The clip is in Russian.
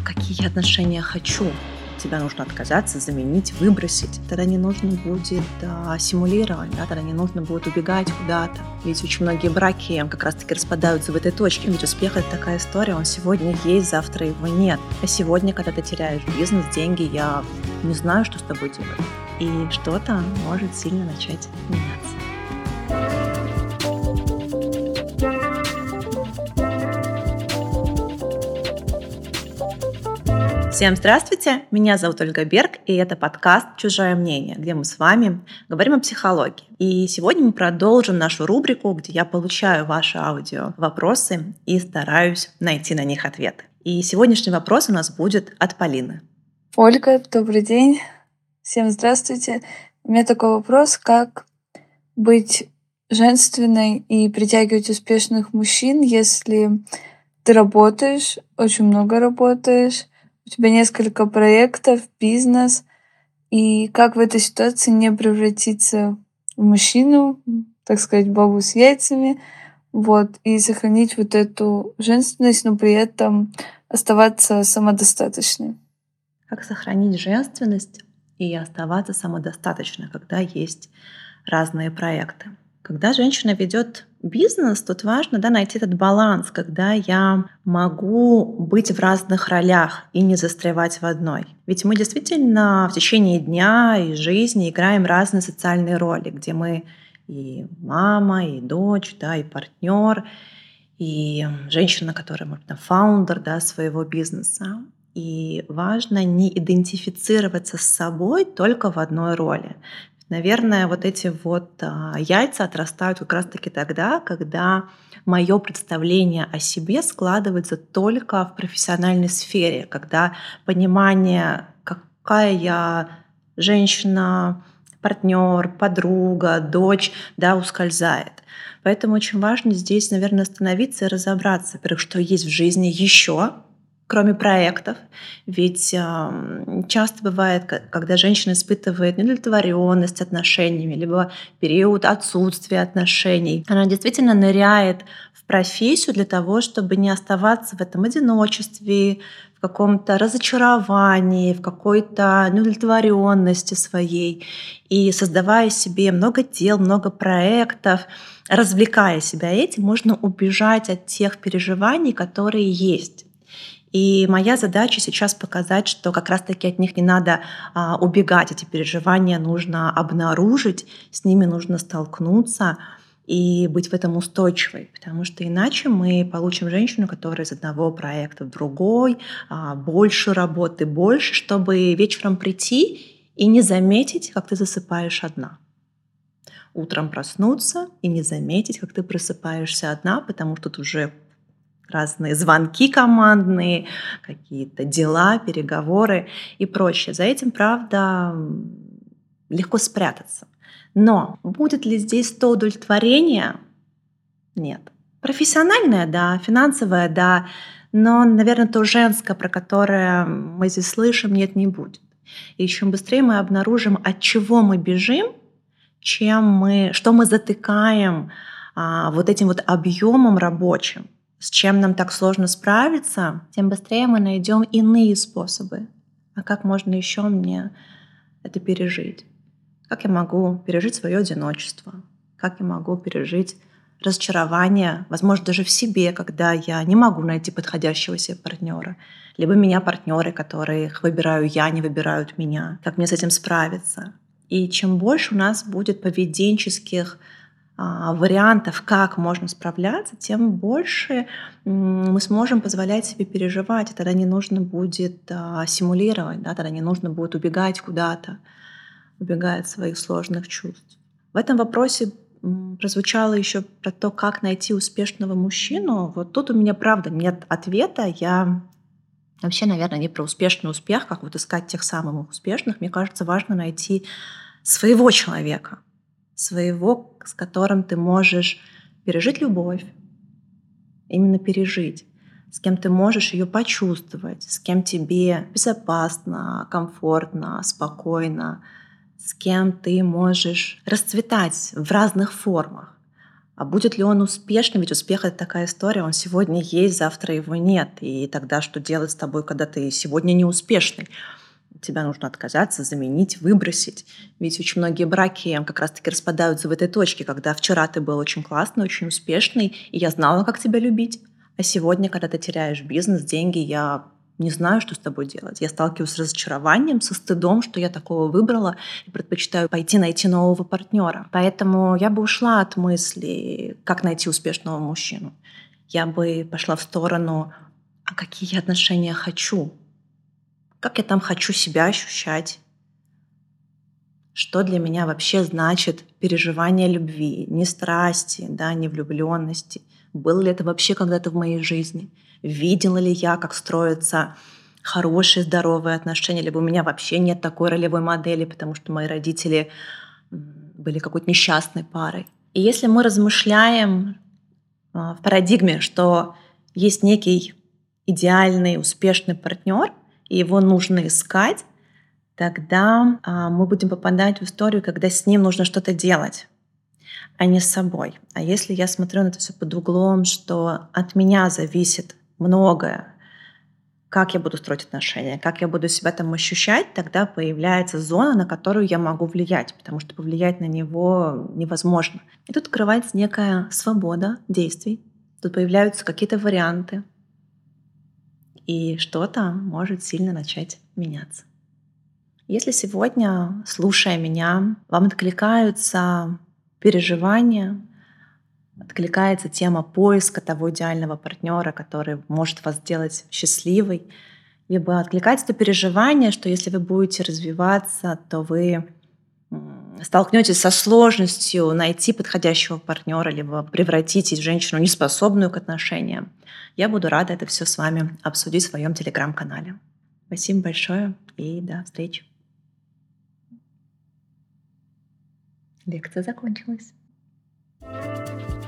какие я отношения хочу. Тебя нужно отказаться, заменить, выбросить. Тогда не нужно будет симулировать, тогда не нужно будет убегать куда-то. Ведь очень многие браки как раз-таки распадаются в этой точке. Ведь успех — это такая история, он сегодня есть, завтра его нет. А сегодня, когда ты теряешь бизнес, деньги, я не знаю, что с тобой делать. И что-то может сильно начать меняться. Всем здравствуйте! Меня зовут Ольга Берг, и это подкаст «Чужое мнение», где мы с вами говорим о психологии. И сегодня мы продолжим нашу рубрику, где я получаю ваши аудио-вопросы и стараюсь найти на них ответы. И сегодняшний вопрос у нас будет от Полины. Ольга, добрый день. Всем здравствуйте. У меня такой вопрос, как быть женственной и притягивать успешных мужчин, если ты работаешь, очень много работаешь, у тебя несколько проектов, бизнес, и как в этой ситуации не превратиться в мужчину, так сказать, бабу с яйцами, и сохранить вот эту женственность, но при этом оставаться самодостаточной. Как сохранить женственность и оставаться самодостаточной, когда есть разные проекты? Когда женщина ведет бизнес, тут важно найти этот баланс, когда я могу быть в разных ролях и не застревать в одной. Ведь мы действительно в течение дня и жизни играем разные социальные роли, где мы и мама, и дочь, и партнер, и женщина, которая, может, фаундер своего бизнеса. И важно не идентифицироваться с собой только в одной роли. Наверное, эти яйца отрастают как раз-таки тогда, когда мое представление о себе складывается только в профессиональной сфере, когда понимание, какая я женщина, партнер, подруга, дочь, ускользает. Поэтому очень важно здесь, наверное, остановиться и разобраться, во-первых, что есть в жизни еще, кроме проектов. Ведь часто бывает, когда женщина испытывает неудовлетворенность отношениями, либо период отсутствия отношений, она действительно ныряет в профессию для того, чтобы не оставаться в этом одиночестве, в каком-то разочаровании, в какой-то неудовлетворенности своей. И создавая себе много дел, много проектов, развлекая себя этим, можно убежать от тех переживаний, которые есть. И моя задача сейчас показать, что как раз-таки от них не надо убегать, эти переживания нужно обнаружить, с ними нужно столкнуться и быть в этом устойчивой, потому что иначе мы получим женщину, которая из одного проекта в другой, больше работы, больше, чтобы вечером прийти и не заметить, как ты засыпаешь одна. Утром проснуться и не заметить, как ты просыпаешься одна, потому что тут уже разные звонки командные, какие-то дела, переговоры и прочее. За этим, правда, легко спрятаться. Но будет ли здесь то удовлетворение? Нет. Профессиональное, да, финансовое, да, но, наверное, то женское, про которое мы здесь слышим, нет, не будет. И чем быстрее мы обнаружим, от чего мы бежим, что мы затыкаем этим объемом рабочим, с чем нам так сложно справиться, тем быстрее мы найдем иные способы. А как можно еще мне это пережить? Как я могу пережить свое одиночество? Как я могу пережить разочарование, возможно, даже в себе, когда я не могу найти подходящего себе партнера, либо меня партнеры, которых выбираю я, не выбирают меня. Как мне с этим справиться? И чем больше у нас будет поведенческих вариантов, как можно справляться, тем больше мы сможем позволять себе переживать. И тогда не нужно будет симулировать, тогда не нужно будет убегать куда-то, убегать от своих сложных чувств. В этом вопросе прозвучало еще про то, как найти успешного мужчину. Тут у меня, правда, нет ответа. Я вообще, наверное, не про успешный успех, как искать тех самых успешных. Мне кажется, важно найти своего человека, своего, с которым ты можешь пережить любовь, именно пережить, с кем ты можешь ее почувствовать, с кем тебе безопасно, комфортно, спокойно, с кем ты можешь расцветать в разных формах. А будет ли он успешным? Ведь успех — это такая история, он сегодня есть, завтра его нет. И тогда что делать с тобой, когда ты сегодня не успешный? Тебя нужно отказаться, заменить, выбросить. Ведь очень многие браки как раз-таки распадаются в этой точке, когда вчера ты был очень классный, очень успешный, и я знала, как тебя любить. А сегодня, когда ты теряешь бизнес, деньги, я не знаю, что с тобой делать. Я сталкиваюсь с разочарованием, со стыдом, что я такого выбрала, и предпочитаю пойти найти нового партнера. Поэтому я бы ушла от мысли, как найти успешного мужчину. Я бы пошла в сторону, а какие я отношения хочу, как я там хочу себя ощущать, что для меня вообще значит переживание любви, не страсти, да, не влюбленности. Было ли это вообще когда-то в моей жизни? Видела ли я, как строятся хорошие, здоровые отношения, либо у меня вообще нет такой ролевой модели, потому что мои родители были какой-то несчастной парой. И если мы размышляем в парадигме, что есть некий идеальный, успешный партнер, и его нужно искать, тогда мы будем попадать в историю, когда с ним нужно что-то делать, а не с собой. А если я смотрю на это все под углом, что от меня зависит многое, как я буду строить отношения, как я буду себя там ощущать, тогда появляется зона, на которую я могу влиять, потому что повлиять на него невозможно. И тут открывается некая свобода действий, тут появляются какие-то варианты, и что-то может сильно начать меняться. Если сегодня, слушая меня, вам откликаются переживания, откликается тема поиска того идеального партнера, который может вас сделать счастливой, либо откликается то переживание, что если вы будете развиваться, то вы столкнетесь со сложностью найти подходящего партнера, либо превратитесь в женщину, неспособную к отношениям, я буду рада это все с вами обсудить в своем телеграм-канале. Спасибо большое и до встречи. Лекция закончилась.